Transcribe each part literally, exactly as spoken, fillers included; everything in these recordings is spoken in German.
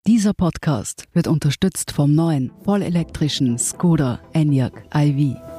Dieser Podcast wird unterstützt vom neuen vollelektrischen Skoda Enyaq i V.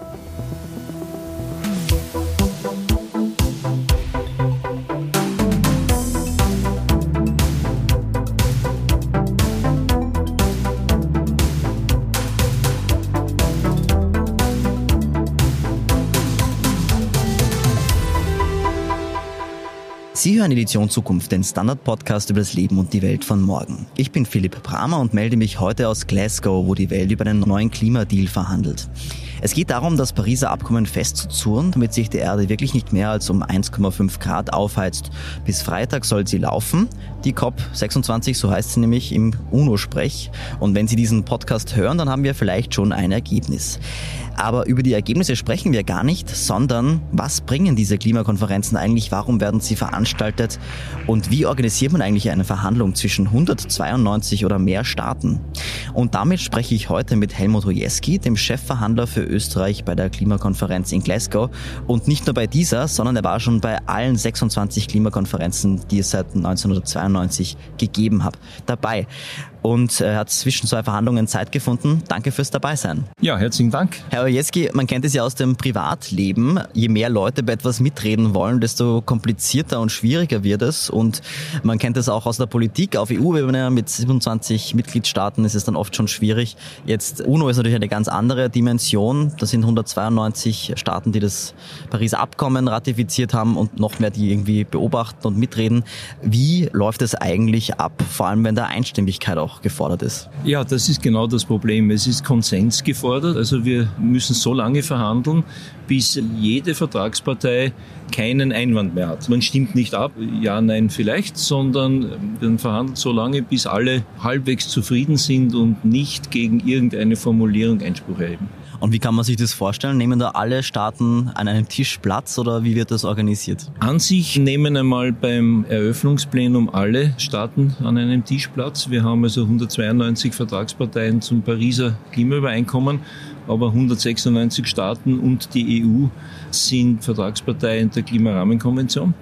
Sie hören Edition Zukunft, den Standard-Podcast über das Leben und die Welt von morgen. Ich bin Philipp Bramer und melde mich heute aus Glasgow, wo die Welt über einen neuen Klimadeal verhandelt. Es geht darum, das Pariser Abkommen festzuzurren, damit sich die Erde wirklich nicht mehr als um eins Komma fünf Grad aufheizt. Bis Freitag soll sie laufen, die C O P sechsundzwanzig, so heißt sie nämlich im UNO-Sprech. Und wenn Sie diesen Podcast hören, dann haben wir vielleicht schon ein Ergebnis. Aber über die Ergebnisse sprechen wir gar nicht, sondern was bringen diese Klimakonferenzen eigentlich, warum werden sie veranstaltet und wie organisiert man eigentlich eine Verhandlung zwischen hundertzweiundneunzig oder mehr Staaten? Und damit spreche ich heute mit Helmut Rojewski, dem Chefverhandler für Österreich bei der Klimakonferenz in Glasgow. Und nicht nur bei dieser, sondern er war schon bei allen sechsundzwanzig Klimakonferenzen, die es seit neunzehnhundertzweiundneunzig gegeben hat, dabei. Und er hat zwischen zwei Verhandlungen Zeit gefunden. Danke fürs Dabeisein. Ja, herzlichen Dank. Herr Rojewski, man kennt es ja aus dem Privatleben. Je mehr Leute bei etwas mitreden wollen, desto komplizierter und schwieriger wird es. Und man kennt es auch aus der Politik. Auf E U-Ebene mit siebenundzwanzig Mitgliedstaaten ist es dann oft schon schwierig. Jetzt UNO ist natürlich eine ganz andere Dimension. Das sind hundertzweiundneunzig Staaten, die das Pariser Abkommen ratifiziert haben und noch mehr, die irgendwie beobachten und mitreden. Wie läuft es eigentlich ab, vor allem wenn da Einstimmigkeit auch gefordert ist? Ja, das ist genau das Problem. Es ist Konsens gefordert. Also wir müssen so lange verhandeln, bis jede Vertragspartei keinen Einwand mehr hat. Man stimmt nicht ab, ja, nein, vielleicht, sondern man verhandelt so lange, bis alle halbwegs zufrieden sind und nicht gegen irgendeine Formulierung Einspruch erheben. Und wie kann man sich das vorstellen? Nehmen da alle Staaten an einem Tisch Platz oder wie wird das organisiert? An sich nehmen einmal beim Eröffnungsplenum alle Staaten an einem Tisch Platz. Wir haben also hundertzweiundneunzig Vertragsparteien zum Pariser Klimaübereinkommen, aber hundertsechsundneunzig Staaten und die E U sind Vertragsparteien der Klimarahmenkonvention.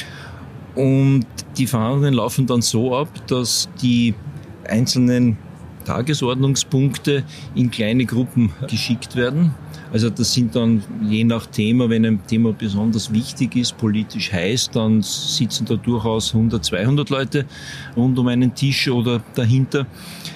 Und die Verhandlungen laufen dann so ab, dass die einzelnen Tagesordnungspunkte in kleine Gruppen geschickt werden. Also das sind dann je nach Thema, wenn ein Thema besonders wichtig ist, politisch heiß, dann sitzen da durchaus hundert, zweihundert Leute rund um einen Tisch oder dahinter.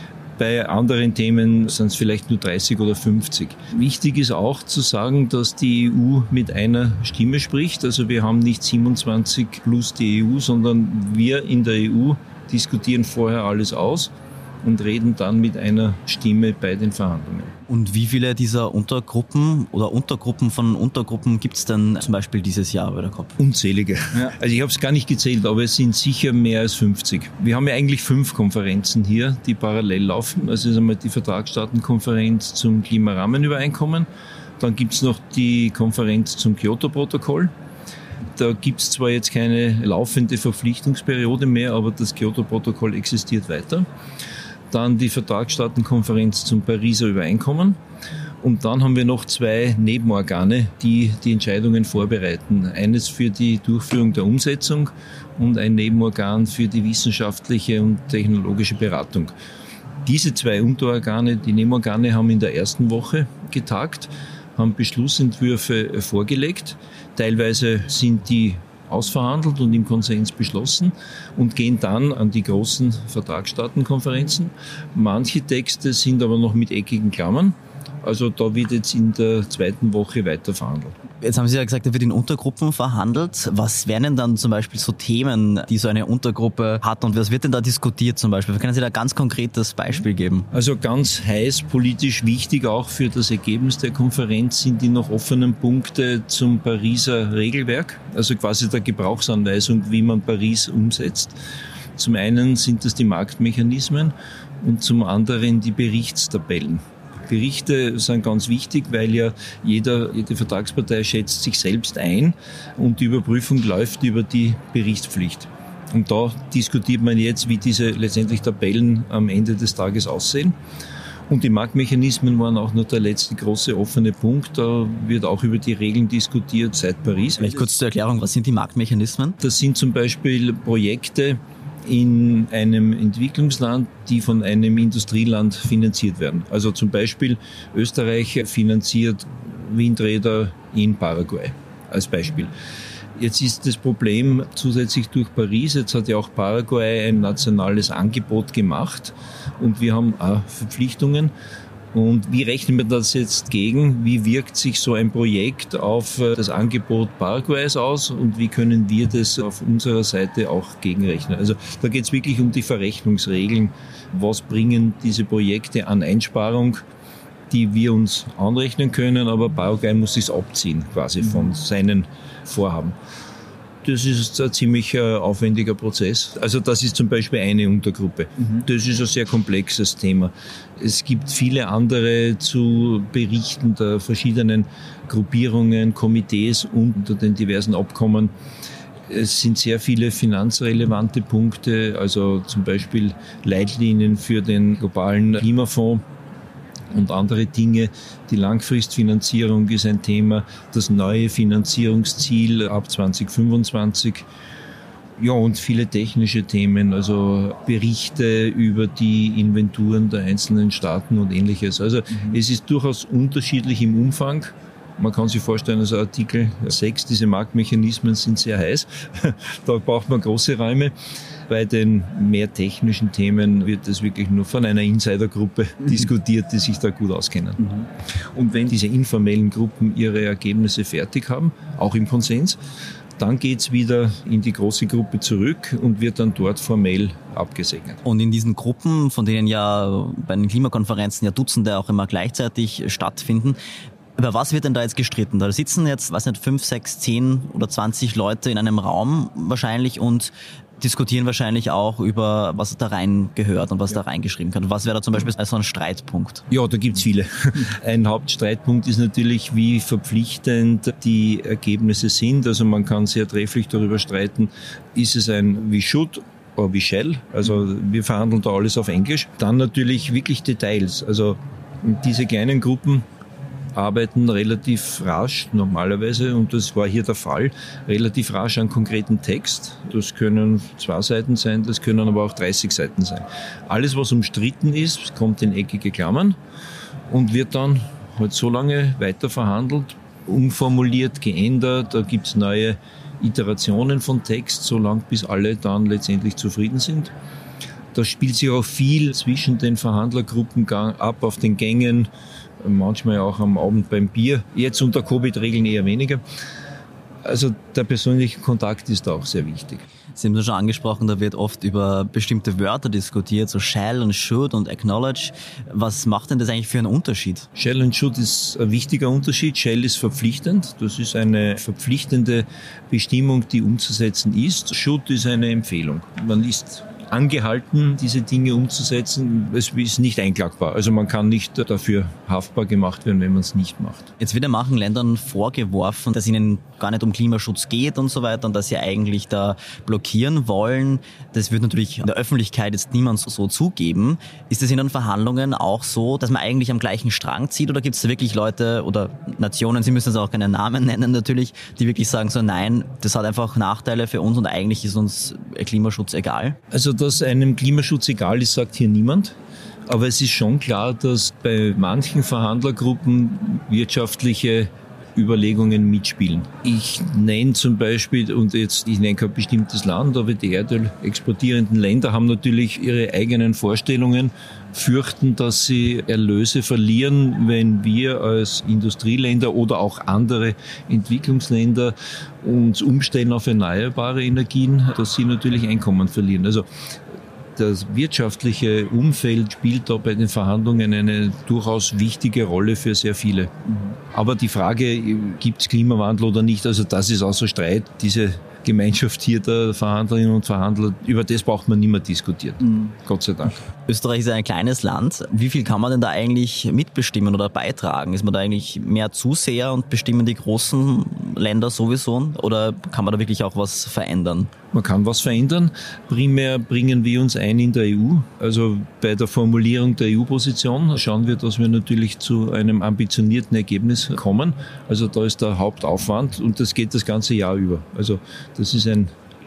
Bei anderen Themen sind es vielleicht nur dreißig oder fünfzig. Wichtig ist auch zu sagen, dass die E U mit einer Stimme spricht. Also wir haben nicht siebenundzwanzig plus die E U, sondern wir in der E U diskutieren vorher alles aus und reden dann mit einer Stimme bei den Verhandlungen. Und wie viele dieser Untergruppen oder Untergruppen von Untergruppen gibt es denn zum Beispiel dieses Jahr bei der C O P? Unzählige. Ja. Also ich habe es gar nicht gezählt, aber es sind sicher mehr als fünfzig. Wir haben ja eigentlich fünf Konferenzen hier, die parallel laufen. Also es ist einmal die Vertragsstaatenkonferenz zum Klimarahmenübereinkommen. Dann gibt es noch die Konferenz zum Kyoto-Protokoll. Da gibt es zwar jetzt keine laufende Verpflichtungsperiode mehr, aber das Kyoto-Protokoll existiert weiter. Dann die Vertragsstaatenkonferenz zum Pariser Übereinkommen. Und dann haben wir noch zwei Nebenorgane, die die Entscheidungen vorbereiten. Eines für die Durchführung der Umsetzung und ein Nebenorgan für die wissenschaftliche und technologische Beratung. Diese zwei Unterorgane, die Nebenorgane, haben in der ersten Woche getagt, haben Beschlussentwürfe vorgelegt. Teilweise sind die ausverhandelt und im Konsens beschlossen und gehen dann an die großen Vertragsstaatenkonferenzen. Manche Texte sind aber noch mit eckigen Klammern. Also da wird jetzt in der zweiten Woche weiter verhandelt. Jetzt haben Sie ja gesagt, da wird in Untergruppen verhandelt. Was wären denn dann zum Beispiel so Themen, die so eine Untergruppe hat und was wird denn da diskutiert zum Beispiel? Können Sie da ein ganz konkretes Beispiel geben? Also ganz heiß, politisch wichtig auch für das Ergebnis der Konferenz sind die noch offenen Punkte zum Pariser Regelwerk, also quasi der Gebrauchsanweisung, wie man Paris umsetzt. Zum einen sind das die Marktmechanismen und zum anderen die Berichtstabellen. Berichte sind ganz wichtig, weil ja jeder, jede Vertragspartei schätzt sich selbst ein und die Überprüfung läuft über die Berichtspflicht. Und da diskutiert man jetzt, wie diese letztendlich Tabellen am Ende des Tages aussehen. Und die Marktmechanismen waren auch noch der letzte große offene Punkt. Da wird auch über die Regeln diskutiert seit Paris. Vielleicht kurz zur Erklärung, was sind die Marktmechanismen? Das sind zum Beispiel Projekte, in einem Entwicklungsland, die von einem Industrieland finanziert werden. Also zum Beispiel Österreich finanziert Windräder in Paraguay als Beispiel. Jetzt ist das Problem zusätzlich durch Paris, jetzt hat ja auch Paraguay ein nationales Angebot gemacht und wir haben auch Verpflichtungen. Und wie rechnen wir das jetzt gegen? Wie wirkt sich so ein Projekt auf das Angebot Paraguays aus und wie können wir das auf unserer Seite auch gegenrechnen? Also da geht es wirklich um die Verrechnungsregeln. Was bringen diese Projekte an Einsparung, die wir uns anrechnen können, aber Paraguay muss es abziehen quasi von seinen Vorhaben. Das ist ein ziemlich äh, aufwendiger Prozess. Also das ist zum Beispiel eine Untergruppe. Mhm. Das ist ein sehr komplexes Thema. Es gibt viele andere zu berichten der verschiedenen Gruppierungen, Komitees unter den diversen Abkommen. Es sind sehr viele finanzrelevante Punkte, also zum Beispiel Leitlinien für den globalen Klimafonds und andere Dinge. Die Langfristfinanzierung ist ein Thema, das neue Finanzierungsziel ab zwanzig fünfundzwanzig. Ja, und viele technische Themen, also Berichte über die Inventuren der einzelnen Staaten und Ähnliches. Also mhm. es ist durchaus unterschiedlich im Umfang. Man kann sich vorstellen, also Artikel sechs, diese Marktmechanismen sind sehr heiß. Da braucht man große Räume. Bei den mehr technischen Themen wird es wirklich nur von einer Insidergruppe mhm. diskutiert, die sich da gut auskennen. Mhm. Und wenn diese informellen Gruppen ihre Ergebnisse fertig haben, auch im Konsens, dann geht's wieder in die große Gruppe zurück und wird dann dort formell abgesegnet. Und in diesen Gruppen, von denen ja bei den Klimakonferenzen ja Dutzende auch immer gleichzeitig stattfinden, über was wird denn da jetzt gestritten? Da sitzen jetzt, weiß nicht, fünf, sechs, zehn oder zwanzig Leute in einem Raum wahrscheinlich und diskutieren wahrscheinlich auch über, was da rein gehört und was ja. da reingeschrieben wird. Was wäre da zum Beispiel so ein Streitpunkt? Ja, da gibt's viele. Ein Hauptstreitpunkt ist natürlich, wie verpflichtend die Ergebnisse sind. Also man kann sehr trefflich darüber streiten, ist es ein We Should oder We Shall? Also wir verhandeln da alles auf Englisch. Dann natürlich wirklich Details. Also diese kleinen Gruppen arbeiten relativ rasch normalerweise, und das war hier der Fall, relativ rasch an konkreten Text. Das können zwei Seiten sein, das können aber auch dreißig Seiten sein. Alles, was umstritten ist, kommt in eckige Klammern und wird dann halt so lange weiter verhandelt, umformuliert, geändert. Da gibt es neue Iterationen von Text, so lang bis alle dann letztendlich zufrieden sind. Da spielt sich auch viel zwischen den Verhandlergruppen ab auf den Gängen, manchmal auch am Abend beim Bier. Jetzt unter Covid-Regeln eher weniger. Also der persönliche Kontakt ist da auch sehr wichtig. Sie haben es schon angesprochen, da wird oft über bestimmte Wörter diskutiert, so shall und should und acknowledge. Was macht denn das eigentlich für einen Unterschied? Shall und should ist ein wichtiger Unterschied. Shall ist verpflichtend. Das ist eine verpflichtende Bestimmung, die umzusetzen ist. Should ist eine Empfehlung. Man ist angehalten, diese Dinge umzusetzen. Es ist nicht einklagbar. Also man kann nicht dafür haftbar gemacht werden, wenn man es nicht macht. Jetzt wird ja manchen Ländern vorgeworfen, dass ihnen gar nicht um Klimaschutz geht und so weiter und dass sie eigentlich da blockieren wollen. Das wird natürlich in der Öffentlichkeit jetzt niemand so zugeben. Ist es in den Verhandlungen auch so, dass man eigentlich am gleichen Strang zieht, oder gibt es da wirklich Leute oder Nationen, Sie müssen jetzt auch keine Namen nennen natürlich, die wirklich sagen so, nein, das hat einfach Nachteile für uns und eigentlich ist uns Klimaschutz egal? Also dass einem Klimaschutz egal ist, sagt hier niemand. Aber es ist schon klar, dass bei manchen Verhandlergruppen wirtschaftliche Überlegungen mitspielen. Ich nenne zum Beispiel, und jetzt ich nenne kein bestimmtes Land, aber die Erdöl exportierenden Länder haben natürlich ihre eigenen Vorstellungen, fürchten, dass sie Erlöse verlieren, wenn wir als Industrieländer oder auch andere Entwicklungsländer uns umstellen auf erneuerbare Energien, dass sie natürlich Einkommen verlieren. Also das wirtschaftliche Umfeld spielt da bei den Verhandlungen eine durchaus wichtige Rolle für sehr viele. Aber die Frage, gibt es Klimawandel oder nicht, also das ist außer Streit. Diese Gemeinschaft hier der Verhandlerinnen und Verhandler, über das braucht man nicht mehr diskutieren. Mhm. Gott sei Dank. Österreich ist ein kleines Land. Wie viel kann man denn da eigentlich mitbestimmen oder beitragen? Ist man da eigentlich mehr Zuseher und bestimmen die großen Länder sowieso? Oder kann man da wirklich auch was verändern? Man kann was verändern. Primär bringen wir uns ein in der E U. Also bei der Formulierung der E U-Position schauen wir, dass wir natürlich zu einem ambitionierten Ergebnis kommen. Also da ist der Hauptaufwand und das geht das ganze Jahr über. Also das ist ein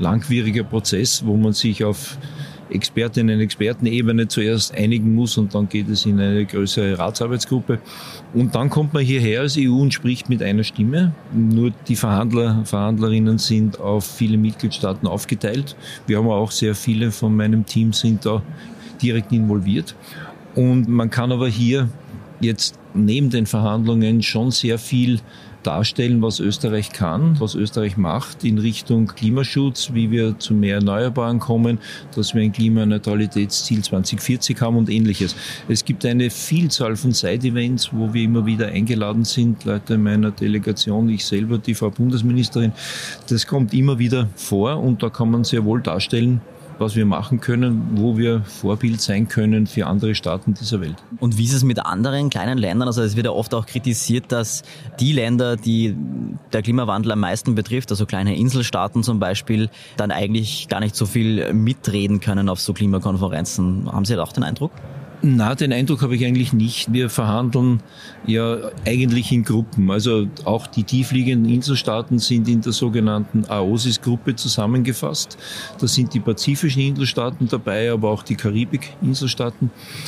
langwieriger Prozess, wo man sich auf Expertinnen- und Expertenebene zuerst einigen muss und dann geht es in eine größere Ratsarbeitsgruppe. Und dann kommt man hierher als E U und spricht mit einer Stimme. Nur die Verhandler, Verhandlerinnen sind auf viele Mitgliedstaaten aufgeteilt. Wir haben auch sehr viele von meinem Team sind da direkt involviert. Und man kann aber hier jetzt neben den Verhandlungen schon sehr viel darstellen, was Österreich kann, was Österreich macht in Richtung Klimaschutz, wie wir zu mehr Erneuerbaren kommen, dass wir ein Klimaneutralitätsziel zwanzig vierzig haben und Ähnliches. Es gibt eine Vielzahl von Side-Events, wo wir immer wieder eingeladen sind, Leute meiner Delegation, ich selber, die Frau Bundesministerin. Das kommt immer wieder vor und da kann man sehr wohl darstellen, was wir machen können, wo wir Vorbild sein können für andere Staaten dieser Welt. Und wie ist es mit anderen kleinen Ländern? Also es wird ja oft auch kritisiert, dass die Länder, die der Klimawandel am meisten betrifft, also kleine Inselstaaten zum Beispiel, dann eigentlich gar nicht so viel mitreden können auf so Klimakonferenzen. Haben Sie da auch den Eindruck? Na, den Eindruck habe ich eigentlich nicht. Wir verhandeln ja eigentlich in Gruppen. Also auch die tiefliegenden Inselstaaten sind in der sogenannten A O S I S-Gruppe zusammengefasst. Da sind die pazifischen Inselstaaten dabei, aber auch die Karibik-Inselstaaten.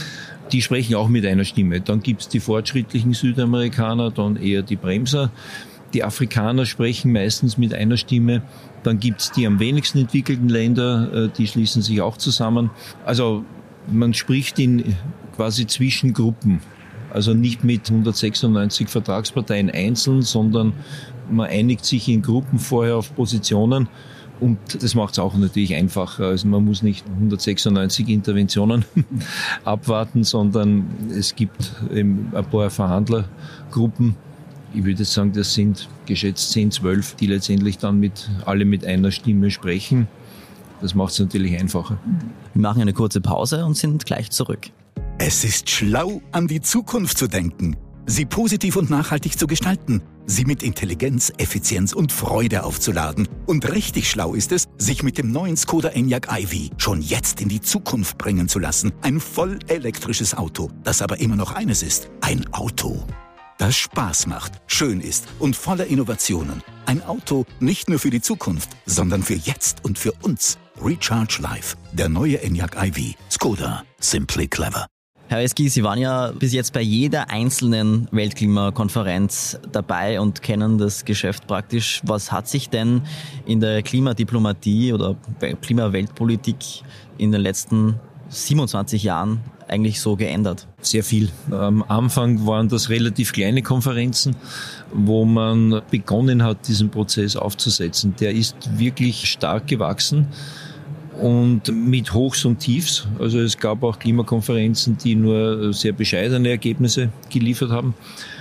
Die sprechen auch mit einer Stimme. Dann gibt es die fortschrittlichen Südamerikaner, dann eher die Bremser. Die Afrikaner sprechen meistens mit einer Stimme. Dann gibt es die am wenigsten entwickelten Länder, die schließen sich auch zusammen. Also man spricht in quasi zwischen Gruppen, also nicht mit hundertsechsundneunzig Vertragsparteien einzeln, sondern man einigt sich in Gruppen vorher auf Positionen und das macht es auch natürlich einfacher. Also man muss nicht hundertsechsundneunzig Interventionen abwarten, sondern es gibt eben ein paar Verhandlergruppen. Ich würde sagen, das sind geschätzt zehn, zwölf, die letztendlich dann mit alle mit einer Stimme sprechen. Das macht es natürlich einfacher. Wir machen eine kurze Pause und sind gleich zurück. Es ist schlau, an die Zukunft zu denken, sie positiv und nachhaltig zu gestalten, sie mit Intelligenz, Effizienz und Freude aufzuladen. Und richtig schlau ist es, sich mit dem neuen Skoda Enyaq i V schon jetzt in die Zukunft bringen zu lassen. Ein voll elektrisches Auto, das aber immer noch eines ist, ein Auto, das Spaß macht, schön ist und voller Innovationen. Ein Auto nicht nur für die Zukunft, sondern für jetzt und für uns. Recharge Life, der neue Enyaq i V. Skoda, simply clever. Herr Reski, Sie waren ja bis jetzt bei jeder einzelnen Weltklimakonferenz dabei und kennen das Geschäft praktisch. Was hat sich denn in der Klimadiplomatie oder Klimaweltpolitik in den letzten siebenundzwanzig Jahren eigentlich so geändert? Sehr viel. Am Anfang waren das relativ kleine Konferenzen, wo man begonnen hat, diesen Prozess aufzusetzen. Der ist wirklich stark gewachsen und mit Hochs und Tiefs. Also es gab auch Klimakonferenzen, die nur sehr bescheidene Ergebnisse geliefert haben.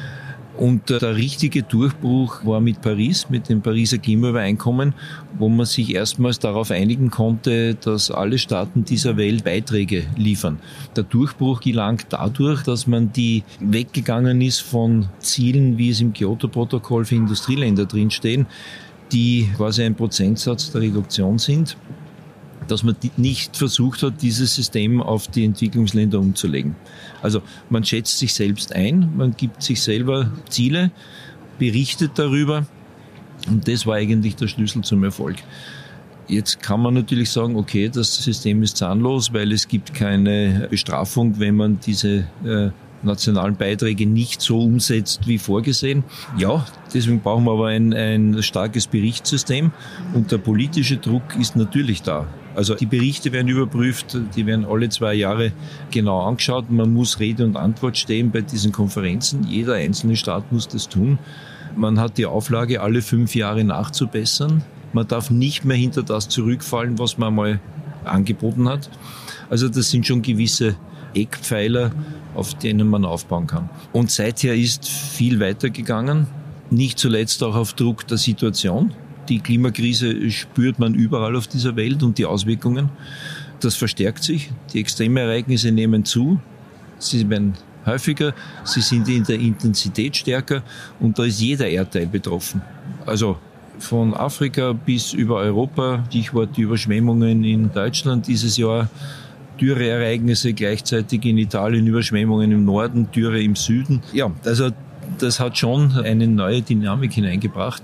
Und der richtige Durchbruch war mit Paris, mit dem Pariser Klimaübereinkommen, wo man sich erstmals darauf einigen konnte, dass alle Staaten dieser Welt Beiträge liefern. Der Durchbruch gelang dadurch, dass man die weggegangen ist von Zielen, wie es im Kyoto-Protokoll für Industrieländer drinstehen, die quasi ein Prozentsatz der Reduktion sind, dass man nicht versucht hat, dieses System auf die Entwicklungsländer umzulegen. Also man schätzt sich selbst ein, man gibt sich selber Ziele, berichtet darüber und das war eigentlich der Schlüssel zum Erfolg. Jetzt kann man natürlich sagen, okay, das System ist zahnlos, weil es gibt keine Bestrafung, wenn man diese äh, nationalen Beiträge nicht so umsetzt wie vorgesehen. Ja, deswegen brauchen wir aber ein, ein starkes Berichtssystem und der politische Druck ist natürlich da. Also die Berichte werden überprüft, die werden alle zwei Jahre genau angeschaut. Man muss Rede und Antwort stehen bei diesen Konferenzen. Jeder einzelne Staat muss das tun. Man hat die Auflage, alle fünf Jahre nachzubessern. Man darf nicht mehr hinter das zurückfallen, was man mal angeboten hat. Also das sind schon gewisse Eckpfeiler, auf denen man aufbauen kann. Und seither ist viel weitergegangen, nicht zuletzt auch auf Druck der Situation. Die Klimakrise spürt man überall auf dieser Welt und die Auswirkungen. Das verstärkt sich. Die Extremereignisse nehmen zu. Sie werden häufiger, sie sind in der Intensität stärker und da ist jeder Erdteil betroffen. Also von Afrika bis über Europa, Stichwort die Überschwemmungen in Deutschland dieses Jahr, Dürreereignisse gleichzeitig in Italien, Überschwemmungen im Norden, Dürre im Süden. Ja, also das hat schon eine neue Dynamik hineingebracht.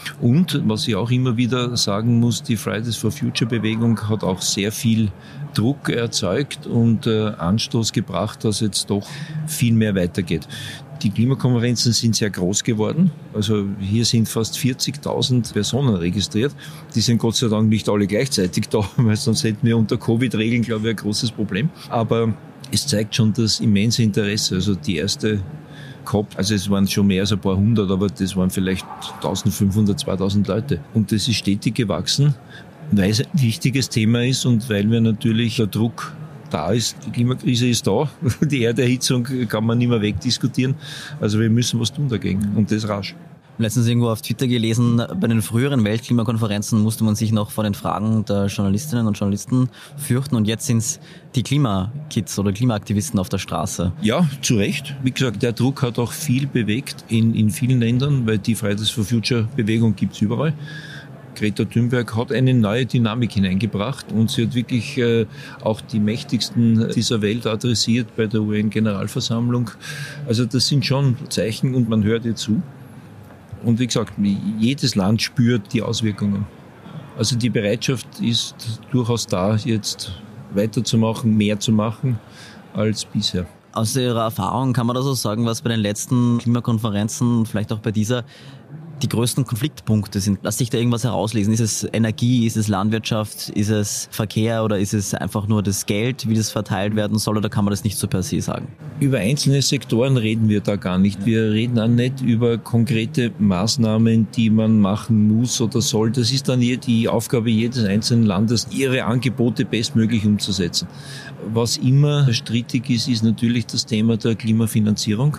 Und was ich auch immer wieder sagen muss, die Fridays for Future Bewegung hat auch sehr viel Druck erzeugt und äh, Anstoß gebracht, dass jetzt doch viel mehr weitergeht. Die Klimakonferenzen sind sehr groß geworden. Also hier sind fast vierzigtausend Personen registriert. Die sind Gott sei Dank nicht alle gleichzeitig da, weil sonst hätten wir unter Covid-Regeln, glaube ich, ein großes Problem. Aber es zeigt schon das immense Interesse. Also die erste COP, also es waren schon mehr als ein paar hundert, aber das waren vielleicht eintausendfünfhundert, zweitausend Leute. Und das ist stetig gewachsen, weil es ein wichtiges Thema ist und weil wir natürlich der Druck da ist. Die Klimakrise ist da. Die Erderhitzung kann man nicht mehr wegdiskutieren. Also wir müssen was tun dagegen und das rasch. Letztens irgendwo auf Twitter gelesen, bei den früheren Weltklimakonferenzen musste man sich noch vor den Fragen der Journalistinnen und Journalisten fürchten und jetzt sind es die Klimakids oder Klimaaktivisten auf der Straße. Ja, zu Recht. Wie gesagt, der Druck hat auch viel bewegt in, in vielen Ländern, weil die Fridays for Future Bewegung gibt es überall. Greta Thunberg hat eine neue Dynamik hineingebracht und sie hat wirklich äh, auch die Mächtigsten dieser Welt adressiert bei der U N-Generalversammlung. Also das sind schon Zeichen und man hört ihr zu. Und wie gesagt, jedes Land spürt die Auswirkungen. Also die Bereitschaft ist durchaus da, jetzt weiterzumachen, mehr zu machen als bisher. Aus Ihrer Erfahrung kann man da so sagen, was bei den letzten Klimakonferenzen, vielleicht auch bei dieser, die größten Konfliktpunkte sind? Lass sich da irgendwas herauslesen? Ist es Energie, ist es Landwirtschaft, ist es Verkehr oder ist es einfach nur das Geld, wie das verteilt werden soll, oder kann man das nicht so per se sagen? Über einzelne Sektoren reden wir da gar nicht. Wir reden auch nicht über konkrete Maßnahmen, die man machen muss oder soll. Das ist dann die Aufgabe jedes einzelnen Landes, ihre Angebote bestmöglich umzusetzen. Was immer strittig ist, ist natürlich das Thema der Klimafinanzierung,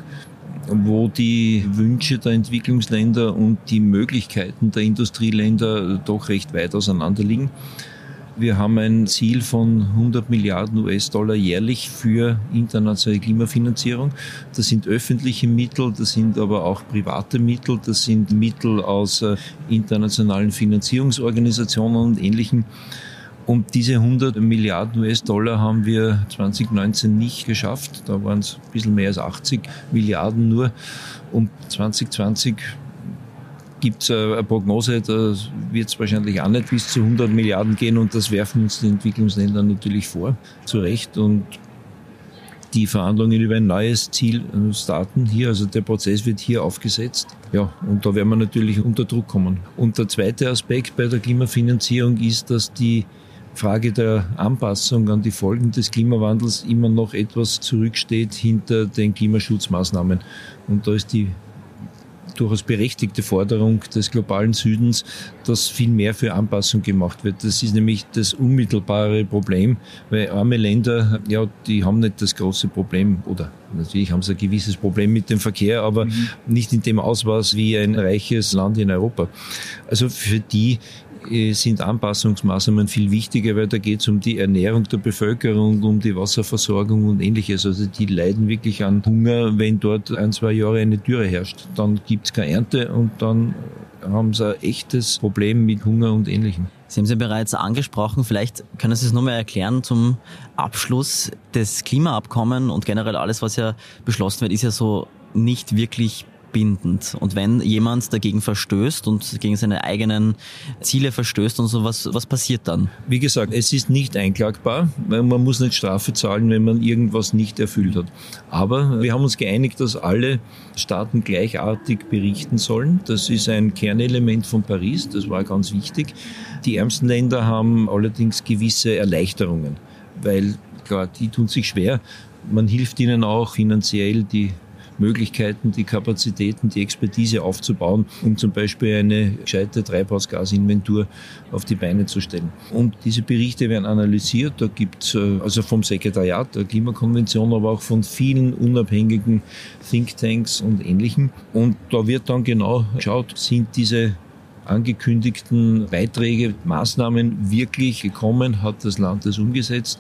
wo die Wünsche der Entwicklungsländer und die Möglichkeiten der Industrieländer doch recht weit auseinander liegen. Wir haben ein Ziel von hundert Milliarden U S-Dollar jährlich für internationale Klimafinanzierung. Das sind öffentliche Mittel, das sind aber auch private Mittel, das sind Mittel aus internationalen Finanzierungsorganisationen und Ähnlichem. Und diese hundert Milliarden U S-Dollar haben wir zwanzig neunzehn nicht geschafft. Da waren es ein bisschen mehr als achtzig Milliarden nur. Und zwanzig zwanzig gibt es eine Prognose, da wird es wahrscheinlich auch nicht bis zu hundert Milliarden gehen. Und das werfen uns die Entwicklungsländer natürlich vor, zu Recht. Und die Verhandlungen über ein neues Ziel starten hier. Also der Prozess wird hier aufgesetzt. Ja, und da werden wir natürlich unter Druck kommen. Und der zweite Aspekt bei der Klimafinanzierung ist, dass die Frage der Anpassung an die Folgen des Klimawandels immer noch etwas zurücksteht hinter den Klimaschutzmaßnahmen. Und da ist die durchaus berechtigte Forderung des globalen Südens, dass viel mehr für Anpassung gemacht wird. Das ist nämlich das unmittelbare Problem, weil arme Länder, ja, die haben nicht das große Problem, oder natürlich haben sie ein gewisses Problem mit dem Verkehr, aber mhm. nicht in dem Ausmaß wie ein reiches Land in Europa. Also für die sind Anpassungsmaßnahmen viel wichtiger, weil da geht es um die Ernährung der Bevölkerung, um die Wasserversorgung und Ähnliches. Also die leiden wirklich an Hunger, wenn dort ein, zwei Jahre eine Dürre herrscht. Dann gibt es keine Ernte und dann haben sie ein echtes Problem mit Hunger und Ähnlichem. Sie haben es ja bereits angesprochen, vielleicht können Sie es nur mal erklären zum Abschluss. Das Klimaabkommen und generell alles, was ja beschlossen wird, ist ja so nicht wirklich bindend. Und wenn jemand dagegen verstößt und gegen seine eigenen Ziele verstößt und so, was, was passiert dann? Wie gesagt, es ist nicht einklagbar, weil man muss nicht Strafe zahlen, wenn man irgendwas nicht erfüllt hat. Aber wir haben uns geeinigt, dass alle Staaten gleichartig berichten sollen. Das ist ein Kernelement von Paris, das war ganz wichtig. Die ärmsten Länder haben allerdings gewisse Erleichterungen, weil klar, die tun sich schwer. Man hilft ihnen auch finanziell, die Möglichkeiten, die Kapazitäten, die Expertise aufzubauen, um zum Beispiel eine gescheite Treibhausgasinventur auf die Beine zu stellen. Und diese Berichte werden analysiert. Da gibt es also vom Sekretariat der Klimakonvention, aber auch von vielen unabhängigen Thinktanks und Ähnlichem. Und da wird dann genau geschaut, sind diese angekündigten Beiträge, Maßnahmen wirklich gekommen, hat das Land das umgesetzt.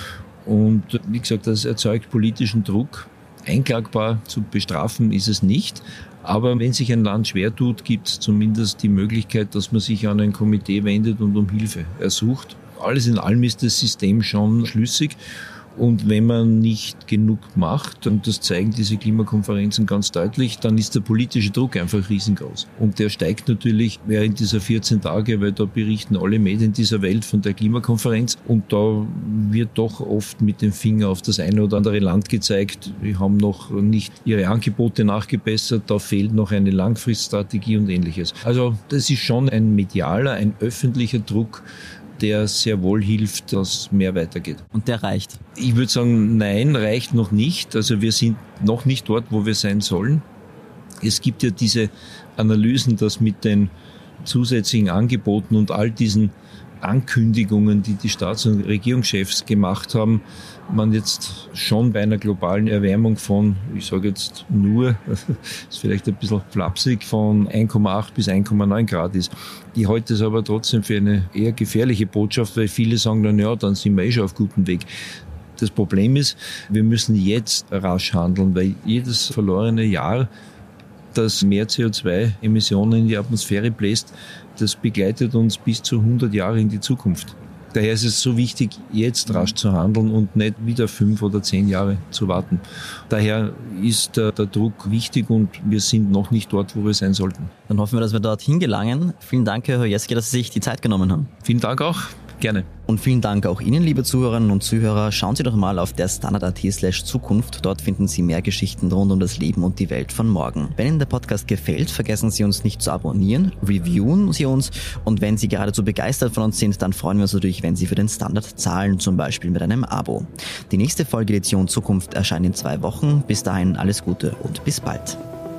Und wie gesagt, das erzeugt politischen Druck. Einklagbar zu bestrafen ist es nicht, aber wenn sich ein Land schwer tut, gibt es zumindest die Möglichkeit, dass man sich an ein Komitee wendet und um Hilfe ersucht. Alles in allem ist das System schon schlüssig Und wenn man nicht genug macht, und das zeigen diese Klimakonferenzen ganz deutlich, dann ist der politische Druck einfach riesengroß. Und der steigt natürlich während dieser vierzehn Tage, weil da berichten alle Medien dieser Welt von der Klimakonferenz. Und da wird doch oft mit dem Finger auf das eine oder andere Land gezeigt. Die haben noch nicht ihre Angebote nachgebessert, da fehlt noch eine Langfriststrategie und Ähnliches. Also das ist schon ein medialer, ein öffentlicher Druck, der sehr wohl hilft, dass mehr weitergeht. Und der reicht? Ich würde sagen, nein, reicht noch nicht. Also wir sind noch nicht dort, wo wir sein sollen. Es gibt ja diese Analysen, dass mit den zusätzlichen Angeboten und all diesen Ankündigungen, die die Staats- und Regierungschefs gemacht haben, man jetzt schon bei einer globalen Erwärmung von, ich sage jetzt nur, ist vielleicht ein bisschen flapsig, von eins Komma acht bis eins Komma neun Grad ist. Ich halte es aber trotzdem für eine eher gefährliche Botschaft, weil viele sagen dann, ja, dann sind wir eh schon auf gutem Weg. Das Problem ist, wir müssen jetzt rasch handeln, weil jedes verlorene Jahr, das mehr C O zwei Emissionen in die Atmosphäre bläst, das begleitet uns bis zu hundert Jahre in die Zukunft. Daher ist es so wichtig, jetzt rasch zu handeln und nicht wieder fünf oder zehn Jahre zu warten. Daher ist der, der Druck wichtig und wir sind noch nicht dort, wo wir sein sollten. Dann hoffen wir, dass wir dorthin gelangen. Vielen Dank, Herr Hojewski, dass Sie sich die Zeit genommen haben. Vielen Dank auch. Gerne. Und vielen Dank auch Ihnen, liebe Zuhörerinnen und Zuhörer. Schauen Sie doch mal auf der Standard Punkt at slash Zukunft. Dort finden Sie mehr Geschichten rund um das Leben und die Welt von morgen. Wenn Ihnen der Podcast gefällt, vergessen Sie uns nicht zu abonnieren, reviewen Sie uns und wenn Sie geradezu begeistert von uns sind, dann freuen wir uns natürlich, wenn Sie für den Standard zahlen, zum Beispiel mit einem Abo. Die nächste Folge Edition Zukunft erscheint in zwei Wochen. Bis dahin alles Gute und bis bald.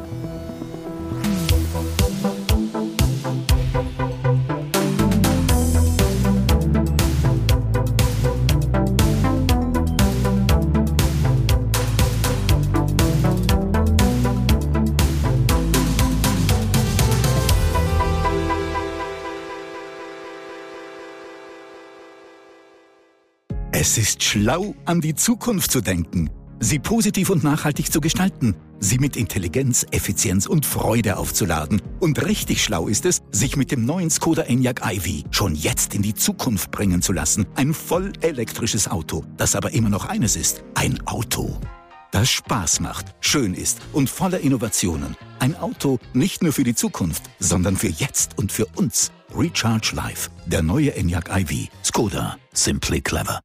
Es ist schlau, an die Zukunft zu denken, sie positiv und nachhaltig zu gestalten, sie mit Intelligenz, Effizienz und Freude aufzuladen. Und richtig schlau ist es, sich mit dem neuen Skoda Enyaq i V schon jetzt in die Zukunft bringen zu lassen. Ein voll elektrisches Auto, das aber immer noch eines ist: ein Auto, das Spaß macht, schön ist und voller Innovationen. Ein Auto nicht nur für die Zukunft, sondern für jetzt und für uns. Recharge Life, der neue Enyaq i V. Skoda, simply clever.